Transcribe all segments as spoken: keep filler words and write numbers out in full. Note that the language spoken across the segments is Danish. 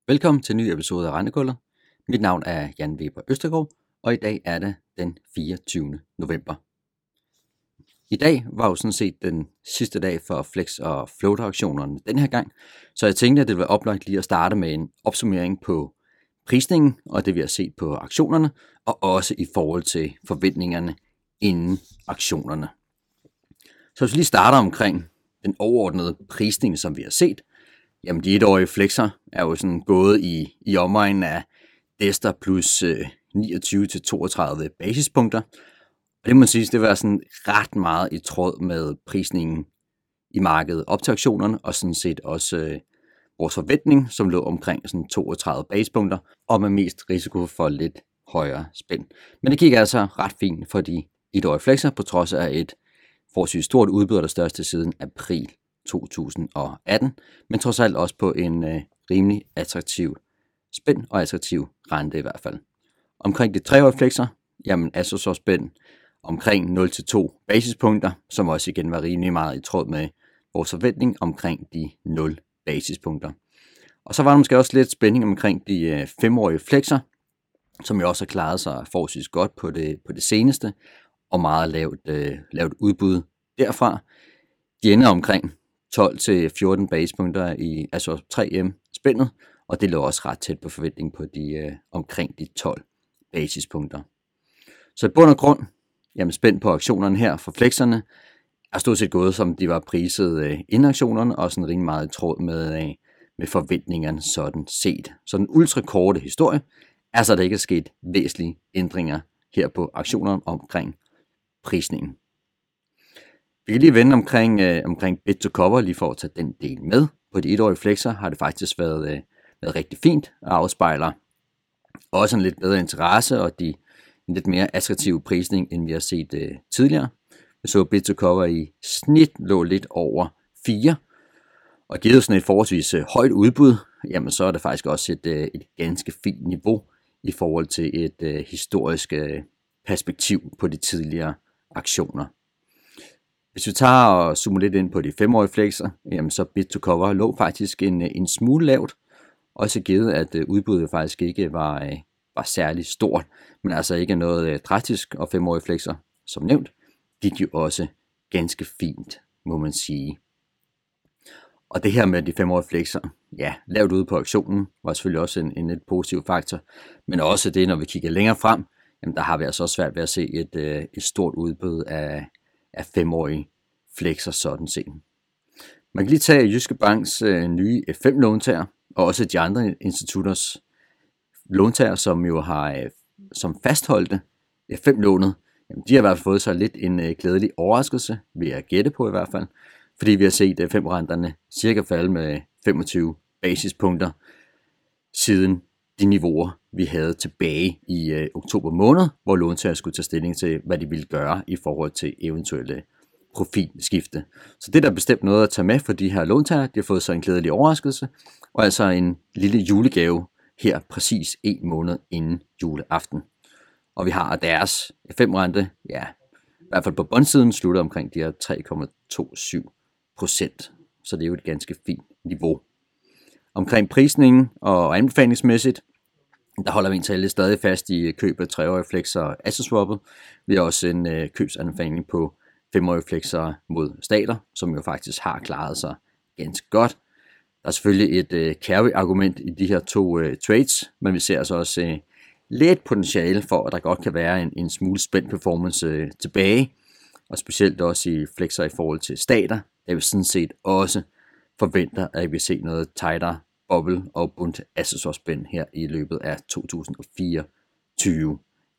Velkommen til en ny episode af Rentekullet. Mit navn er Jan Weber Østergaard, og i dag er det den fireogtyvende november. I dag var jo sådan set den sidste dag for Flex og Floater auktionerne den her gang, så jeg tænkte, at det ville være oplagt lige at starte med en opsummering på prisningen og det vi har set på auktionerne, og også i forhold til forventningerne inden auktionerne. Så hvis vi lige starter omkring den overordnede prisning, som vi har set, jamen de etårige flexer er jo sådan gået i, i omegnen af Dester plus øh, niogtyve til toogtredive basispunkter. Og det må sige, det var sådan ret meget i tråd med prisningen i markedet op til auktionerne, og sådan set også øh, vores forventning, som lå omkring sådan toogtredive basispunkter, og med mest risiko for lidt højere spænd. Men det gik altså ret fint for de etårige flexer, på trods af et forholdsvis stort udbud af det største siden april to tusind og atten, men trods alt også på en øh, rimelig attraktiv spænd og attraktiv rente i hvert fald. Omkring de treårige flexer, jamen altså så spænd omkring nul til to basispunkter, som også igen var rimelig meget i tråd med vores forventning omkring de nul basispunkter. Og så var der måske også lidt spænding omkring de øh, femårige flexer, som jo også har klaret sig forholdsvis godt på det, på det seneste, og meget lavt, øh, lavt udbud derfra. De ender omkring tolv til fjorten basispunkter i altså tre M spændet, og det lå også ret tæt på forventning på de øh, omkring de tolv basispunkter. Så i bund og grund, jamen spændt på auktionerne her for flexerne, er stort set gået, som de var priset øh, inden auktionerne, og sådan rimelig meget i tråd med, øh, med forventningerne sådan set. Så den ultrakorte historie er så, at der ikke er sket væsentlige ændringer her på auktionerne omkring prisningen. Vi kan lige vende omkring, øh, omkring bid to cover, lige for at tage den del med. På de etårige flexer har det faktisk været, øh, været rigtig fint, og afspejler også en lidt bedre interesse, og de, en lidt mere attraktiv prisning, end vi har set øh, tidligere. Vi så bid to cover i snit lå lidt over fire, og givet sådan et forholdsvis øh, højt udbud, jamen så er det faktisk også et, øh, et ganske fint niveau i forhold til et øh, historisk øh, perspektiv på de tidligere auktioner. Hvis vi tager og zoomer lidt ind på de femårige flexer, jamen så bid to cover lå faktisk en, en smule lavt, også givet at udbuddet faktisk ikke var, var særlig stort, men altså ikke noget drastisk, og femårige flexer, som nævnt, gik jo også ganske fint, må man sige. Og det her med de femårige flexer, ja, lavt ude på auktionen, var selvfølgelig også en, en lidt positiv faktor, men også det, når vi kigger længere frem, jamen der har vi altså også svært ved at se et, et stort udbud af af femårige flexer sådan set. Man kan lige tage Jyske Banks øh, nye F fem låntager, og også de andre institutters låntager, som jo har øh, som fastholdte F fem lånet. Jamen, de har i hvert fald fået sig lidt en øh, glædelig overraskelse, vil jeg gætte på i hvert fald, fordi vi har set F fem renterne cirka falde med femogtyve basispunkter siden de niveauer, vi havde tilbage i øh, oktober måned, hvor låntager skulle tage stilling til, hvad de ville gøre i forhold til eventuelle profilskifte. Så det er der bestemt noget at tage med for de her låntager. De har fået sig en glædelig overraskelse, og altså en lille julegave her præcis en måned inden juleaften. Og vi har deres F fem rente, ja, i hvert fald på bondsiden, slutter omkring de her tre komma toogtyve procent. Så det er jo et ganske fint niveau. Omkring prisningen og anbefalingsmæssigt, der holder vi egentlig stadig fast i køb af treårige flexer og asset-swappet. Vi har også en øh, købsanbefaling på femårige flexer mod stater, som jo faktisk har klaret sig ganske godt. Der er selvfølgelig et øh, carry-argument i de her to øh, trades, men vi ser altså også øh, lidt potentiale for, at der godt kan være en, en smule spændt performance øh, tilbage, og specielt også i flexer i forhold til stater, der vi sådan set også forventer, at vi vil se noget tightere boble og bundt asset-swap-spænd her i løbet af to tusind og fireogtyve.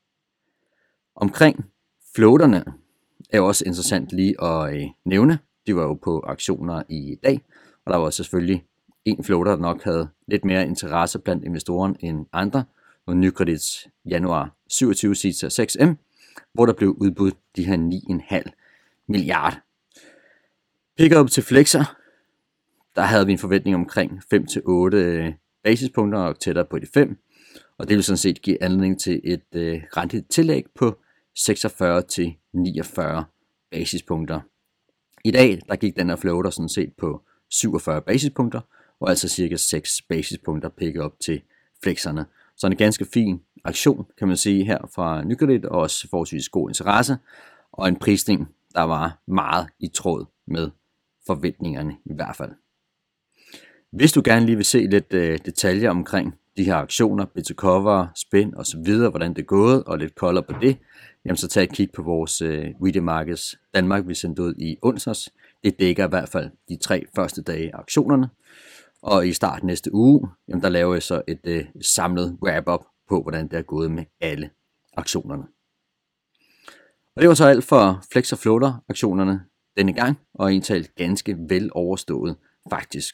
Omkring floaterne er jo også interessant lige at øh, nævne. De var jo på auktioner i dag, og der var selvfølgelig en floater, der nok havde lidt mere interesse blandt investorerne end andre. Og Nykredits januar syvogtyve C T seks M, hvor der blev udbudt de her ni komma fem milliard. Pick-up til flexer, der havde vi en forventning omkring fem til otte basispunkter og tættere på de fem. Og det vil sådan set give anledning til et øh, rentetillæg på seksogfyrre til niogfyrre basispunkter. I dag der gik den her floater sådan set på syvogfyrre basispunkter, og altså cirka seks basispunkter picket op til flexerne. Så en ganske fin aktion, kan man sige, her fra Nykredit, og også forholdsvis god interesse, og en prisning, der var meget i tråd med forventningerne i hvert fald. Hvis du gerne lige vil se lidt øh, detaljer omkring de her aktioner, bid to cover, spin og så videre, hvordan det er gået, og lidt kolder på det, jamen så tag et kig på vores øh, Weekly Markets Danmark, vi sendte ud i onsdags. Det dækker i hvert fald de tre første dage af aktionerne. Og i start næste uge, jamen der laver jeg så et øh, samlet wrap-up på, hvordan det er gået med alle aktionerne. Og det var så alt for Flex og Floater aktionerne denne gang, og indtalt ganske vel overstået faktisk.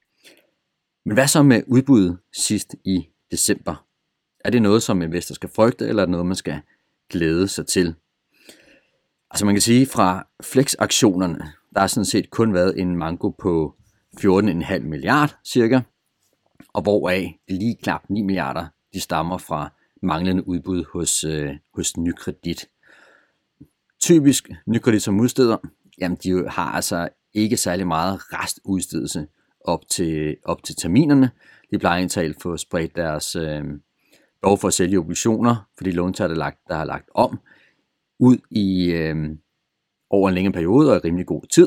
Men hvad så med udbuddet sidst i december? Er det noget, som investor skal frygte, eller er det noget, man skal glæde sig til? Altså man kan sige, fra Flex-aktionerne, der har sådan set kun været en manko på fjorten komma fem milliarder cirka, og hvoraf lige knap ni milliarder, de stammer fra manglende udbud hos, øh, hos Nykredit. Typisk Nykredit som udsteder, jamen de har altså ikke særlig meget restudstedelse op til, op til terminerne. De plejer indtalt for at sprede deres øh, behov for at sælge obligationer, fordi låntager, der, lagt, der har lagt om, ud i øh, over en længere periode og i rimelig god tid.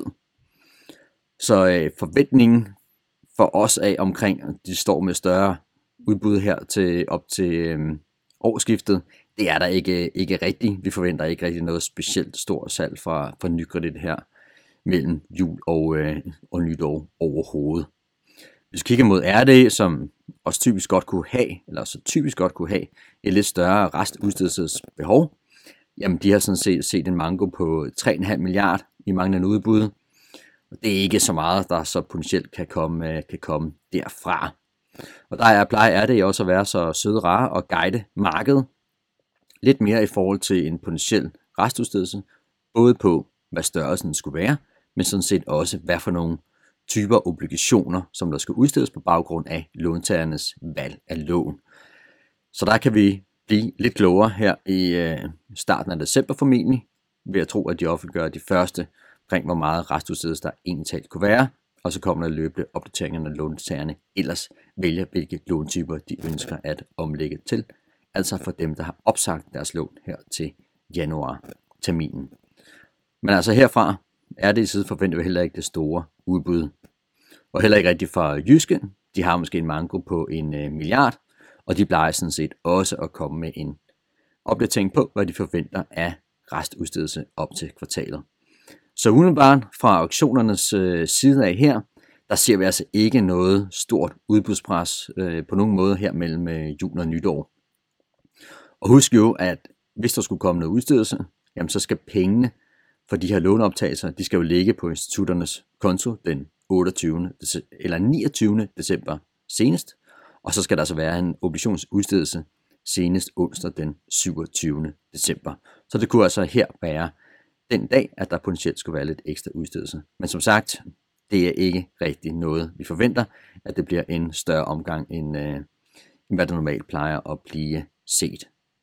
Så øh, forventningen for os af omkring, at de står med større udbud her til op til øh, årsskiftet, det er der ikke, ikke rigtigt. Vi forventer ikke rigtig noget specielt stort salg fra, fra Nykredit her mellem jul og, øh, og nytår overhovedet. Hvis vi kigger mod R D, som også typisk godt kunne have, eller så typisk godt kunne have et lidt større restudstedelsesbehov, jamen de har sådan set set en manko på tre komma fem milliarder i manglende udbud. Det er ikke så meget, der så potentielt kan komme, kan komme derfra. Og der er, plejer er det også at være så søde rare og guide markedet lidt mere i forhold til en potentiel restudstedelse, både på hvad størrelsen skulle være, men sådan set også hvad for nogle typer obligationer, som der skal udstedes på baggrund af låntagernes valg af lån. Så der kan vi blive lidt klogere her i øh, starten af december formentlig, ved at tro, at de offentliggør de første omkring, hvor meget restudstedelse der egentlig talt kunne være, og så kommer der løbende opdateringer, når låntagerne ellers vælger, hvilke låntyper de ønsker at omlægge til, altså for dem, der har opsagt deres lån her til januar-terminen. Men altså herfra er det i side forventer vi heller ikke det store udbud. Og heller ikke rigtig fra Jyske. De har måske en manko på en øh, milliard, og de plejer sådan set også at komme med en opdatering på, hvad de forventer af restudstedelse op til kvartalet. Så umiddelbart fra auktionernes øh, side af her, der ser vi altså ikke noget stort udbudspres øh, på nogen måde her mellem øh, jul og nytår. Og husk jo, at hvis der skulle komme noget udstedelse, jamen så skal pengene for de her låneoptagelser, de skal jo ligge på institutternes konto den otteogtyvende eller niogtyvende december senest, og så skal der altså være en obligationsudstedelse senest onsdag den syvogtyvende december. Så det kunne altså her være den dag, at der potentielt skulle være lidt ekstra udstedelse. Men som sagt, det er ikke rigtig noget, vi forventer, at det bliver en større omgang, end, øh, end hvad der normalt plejer at blive set.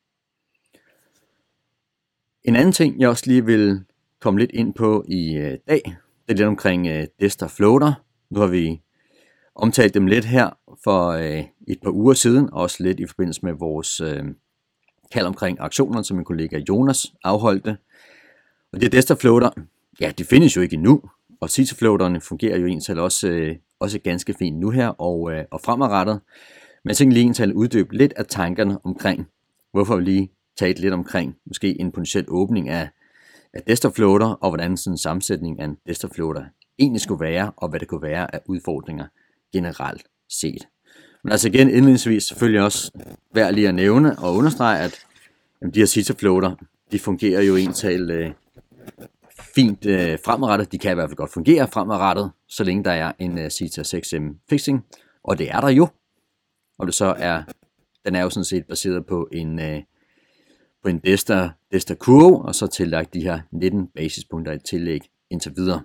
En anden ting, jeg også lige vil komme lidt ind på i øh, dag, det er lidt omkring øh, Desta Floater. Nu har vi omtalt dem lidt her for øh, et par uger siden, også lidt i forbindelse med vores øh, kald omkring aktionerne, som min kollega Jonas afholdte. Og det er Desta Floater, ja, de findes jo ikke endnu, og C I T A-floaterne fungerer jo egentlig også, øh, også ganske fint nu her og, øh, og fremadrettet. Men jeg tænker lige egentlig uddybe lidt af tankerne omkring, hvorfor vi lige talt lidt omkring måske en potentiel åbning af, af Desta Floater, og hvordan sådan en sammensætning af en Desta Floater egentlig skulle være, og hvad det kunne være af udfordringer generelt set. Men altså igen indledningsvis selvfølgelig også værd lige at nævne og understrege, at jamen, de her C I T A-floater, de fungerer jo egentlig øh, fint øh, fremadrettet. De kan i hvert fald godt fungere fremadrettet, så længe der er en øh, C I T A seks M fixing, og det er der jo. Og det så er, den er jo sådan set baseret på en øh, på en Desta, Desta kurve, og så tillagt de her nitten basispunkter i tillæg indtil videre.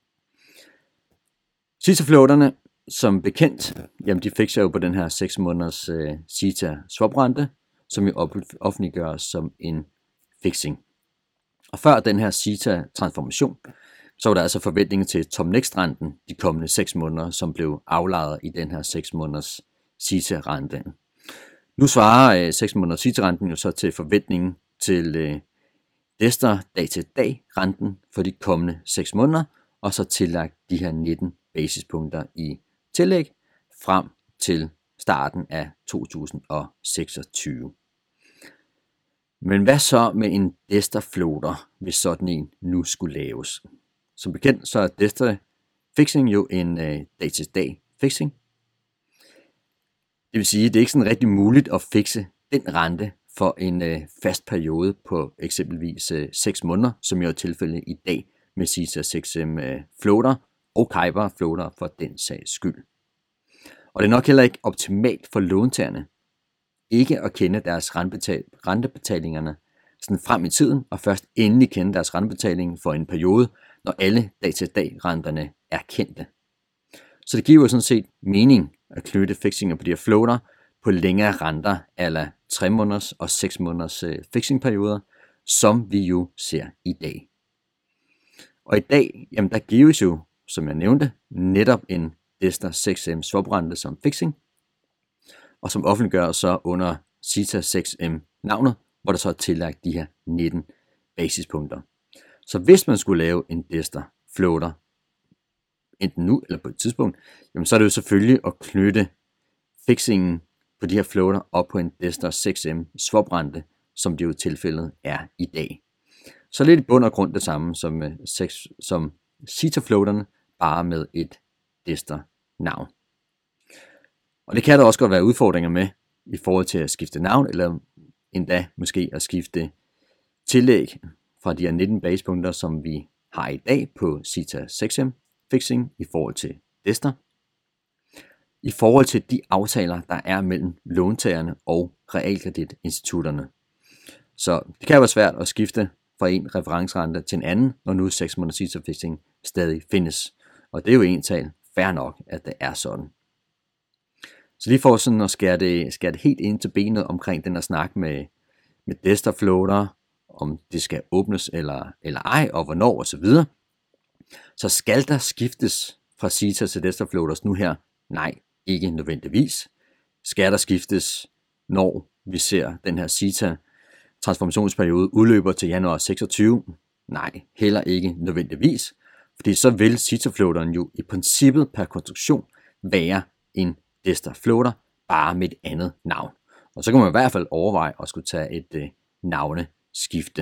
C I T A-floaterne, som bekendt, jamen de fixer jo på den her seks måneders øh, C I T A swaprente, som jo offentliggøres som en fixing. Og før den her C I T A transformation, så var der altså forventninger til top next-renten de kommende seks måneder, som blev aflejet i den her seks måneders S I T A-rente. Nu svarer øh, seks måneders S I T A-renten jo så til forventningen til øh, Dester dag-til-dag-renten for de kommende seks måneder, og så tillagt de her nitten basispunkter i tillæg frem til starten af to tusind seksogtyve. Men hvad så med en Dester floater, hvis sådan en nu skulle laves? Som bekendt så er Dester fixing jo en øh, dag-til-dag fixing. Det vil sige, at det er ikke sådan rigtig muligt at fixe den rente for en øh, fast periode på eksempelvis øh, seks måneder, som jo er tilfældet i dag med C I T A seks M øh, floater og Kyber floater for den sags skyld. Og det er nok heller ikke optimalt for låntagerne ikke at kende deres rentebetalingerne sådan frem i tiden, og først endelig kende deres rentebetaling for en periode, når alle dag-til-dag-renterne er kendte. Så det giver jo sådan set mening at knytte fixinger på de her floater på længere renter, ala tre måneders og seks måneders øh, fixingperioder, som vi jo ser i dag. Og i dag, jamen der gives jo, som jeg nævnte, netop en Dester seks M swaprente som fixing, og som offentliggøres så under S I T A seks M navnet, hvor der så er tillagt de her nitten basispunkter. Så hvis man skulle lave en Dester floater, enten nu eller på et tidspunkt, jamen så er det jo selvfølgelig at knytte fixingen på de her floater op på en Dester seks M swaprente, som det jo tilfældet er i dag. Så lidt i bund og grund det samme som, som S I T A-floaterne, bare med et Dester navn. Og det kan der også godt være udfordringer med i forhold til at skifte navn, eller endda måske at skifte tillæg fra de her nitten basispunkter, som vi har i dag på S I T A seks M fixing i forhold til Dester. I forhold til de aftaler, der er mellem låntagerne og realkreditinstitutterne. Så det kan være svært at skifte fra en referencerente til en anden, når nu seks måneders S I T A fixing stadig findes. Og det er jo egentlig fair nok, at det er sådan. Så lige for sådan at skære det, skære det helt ind til benet omkring den her snak med, med Dester floater, om det skal åbnes eller, eller ej, og hvornår osv., så, så skal der skiftes fra S I T A til Dester floaters nu her? Nej, ikke nødvendigvis. Skal der skiftes, når vi ser den her S I T A transformationsperiode udløber til januar seksogtyve? Nej, heller ikke nødvendigvis. Fordi så vil S I T A-floateren jo i princippet per konstruktion være en Dester floater, bare med et andet navn. Og så kan man i hvert fald overveje at skulle tage et øh, navneskifte.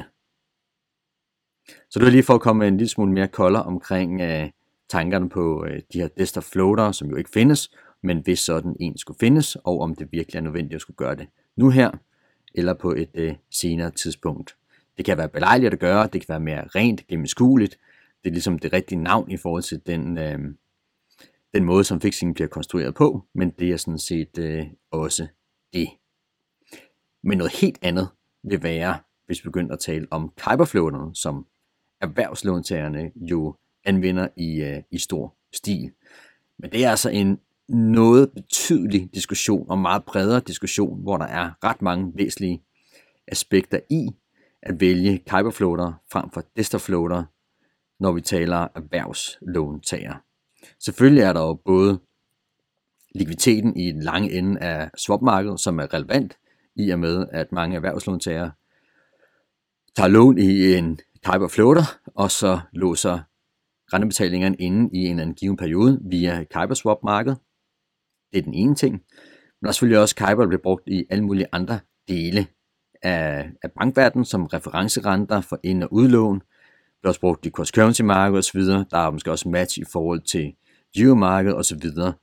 Så det er lige for at komme med en lille smule mere kolder omkring øh, tankerne på øh, de her Dester floater, som jo ikke findes, men hvis sådan en skulle findes, og om det virkelig er nødvendigt at skulle gøre det nu her, eller på et øh, senere tidspunkt. Det kan være belejligt at gøre, det kan være mere rent, gennemskueligt. Det er ligesom det rigtige navn i forhold til den, øh, den måde, som fixingen bliver konstrueret på, men det er sådan set øh, også det. Men noget helt andet vil være, hvis vi begynder at tale om Kyber-floaterne, som erhvervslåntagerne jo anvender i, øh, i stor stil. Men det er altså en noget betydelig diskussion, og meget bredere diskussion, hvor der er ret mange væsentlige aspekter i at vælge Kyber-floater frem for Dester-floater, når vi taler erhvervslåntager. Selvfølgelig er der jo både likviditeten i den lange ende af swapmarkedet, som er relevant, i og med at mange erhvervslåntagere tager lån i en Kyber-floater, og så låser rentebetalingerne inde i en anden given periode via Kyber-swap-markedet. Det er den ene ting. Men der er selvfølgelig også Kyber, der bliver brugt i alle mulige andre dele af, af bankverdenen, som referencerenter for ind- og udlån. Det bliver også brugt i cross-currency-markedet osv. Der er måske også match i forhold til euro-markedet osv.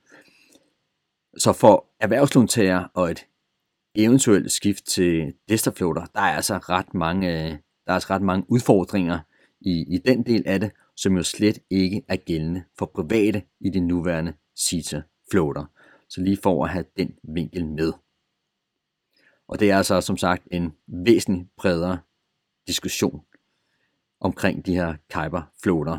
Så for erhvervslåntager og et eventuelt skift til Dester-floater, der er altså ret mange, der er altså ret mange udfordringer i, i den del af det, som jo slet ikke er gældende for private i det nuværende S I T A-floater. Så lige for at have den vinkel med. Og det er altså som sagt en væsentlig bredere diskussion omkring de her Kyber-floater.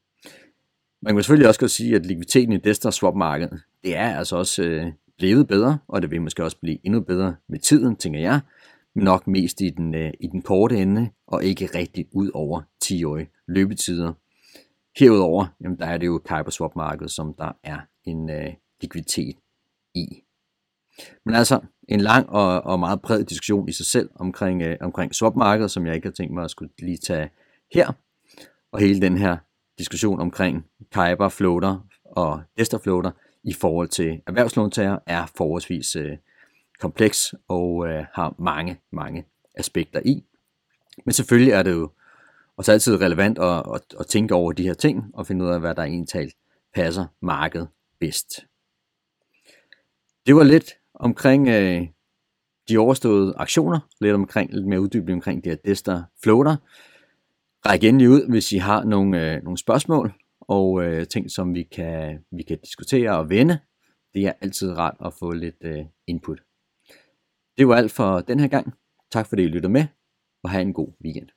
Man kan selvfølgelig også godt sige, at likviditeten i Dester swap-markedet, det er altså også øh, blevet bedre, og det vil måske også blive endnu bedre med tiden, tænker jeg, men nok mest i den, øh, i den korte ende, og ikke rigtig ud over ti-årige løbetider. herudover, jamen, der er det jo Kyber swap markedet, som der er en øh, likviditet i. Men altså en lang og, og meget bred diskussion i sig selv omkring, øh, omkring swap-markedet, som jeg ikke har tænkt mig at skulle lige tage her. Og hele den her diskussion omkring Kyber floater og Destor floater i forhold til erhvervslåntager er forholdsvis øh, kompleks og øh, har mange, mange aspekter i. Men selvfølgelig er det jo også altid relevant at, at, at tænke over de her ting og finde ud af, hvad der egentlig passer markedet bedst. Det var lidt omkring øh, de overståede aktioner, lidt omkring lidt mere uddybning omkring de her Destor floater. Ræk endelig ud, hvis I har nogle, øh, nogle spørgsmål og øh, ting, som vi kan, vi kan diskutere og vende. Det er altid rart at få lidt øh, input. Det var alt for den her gang. Tak fordi I lytter med, og have en god weekend.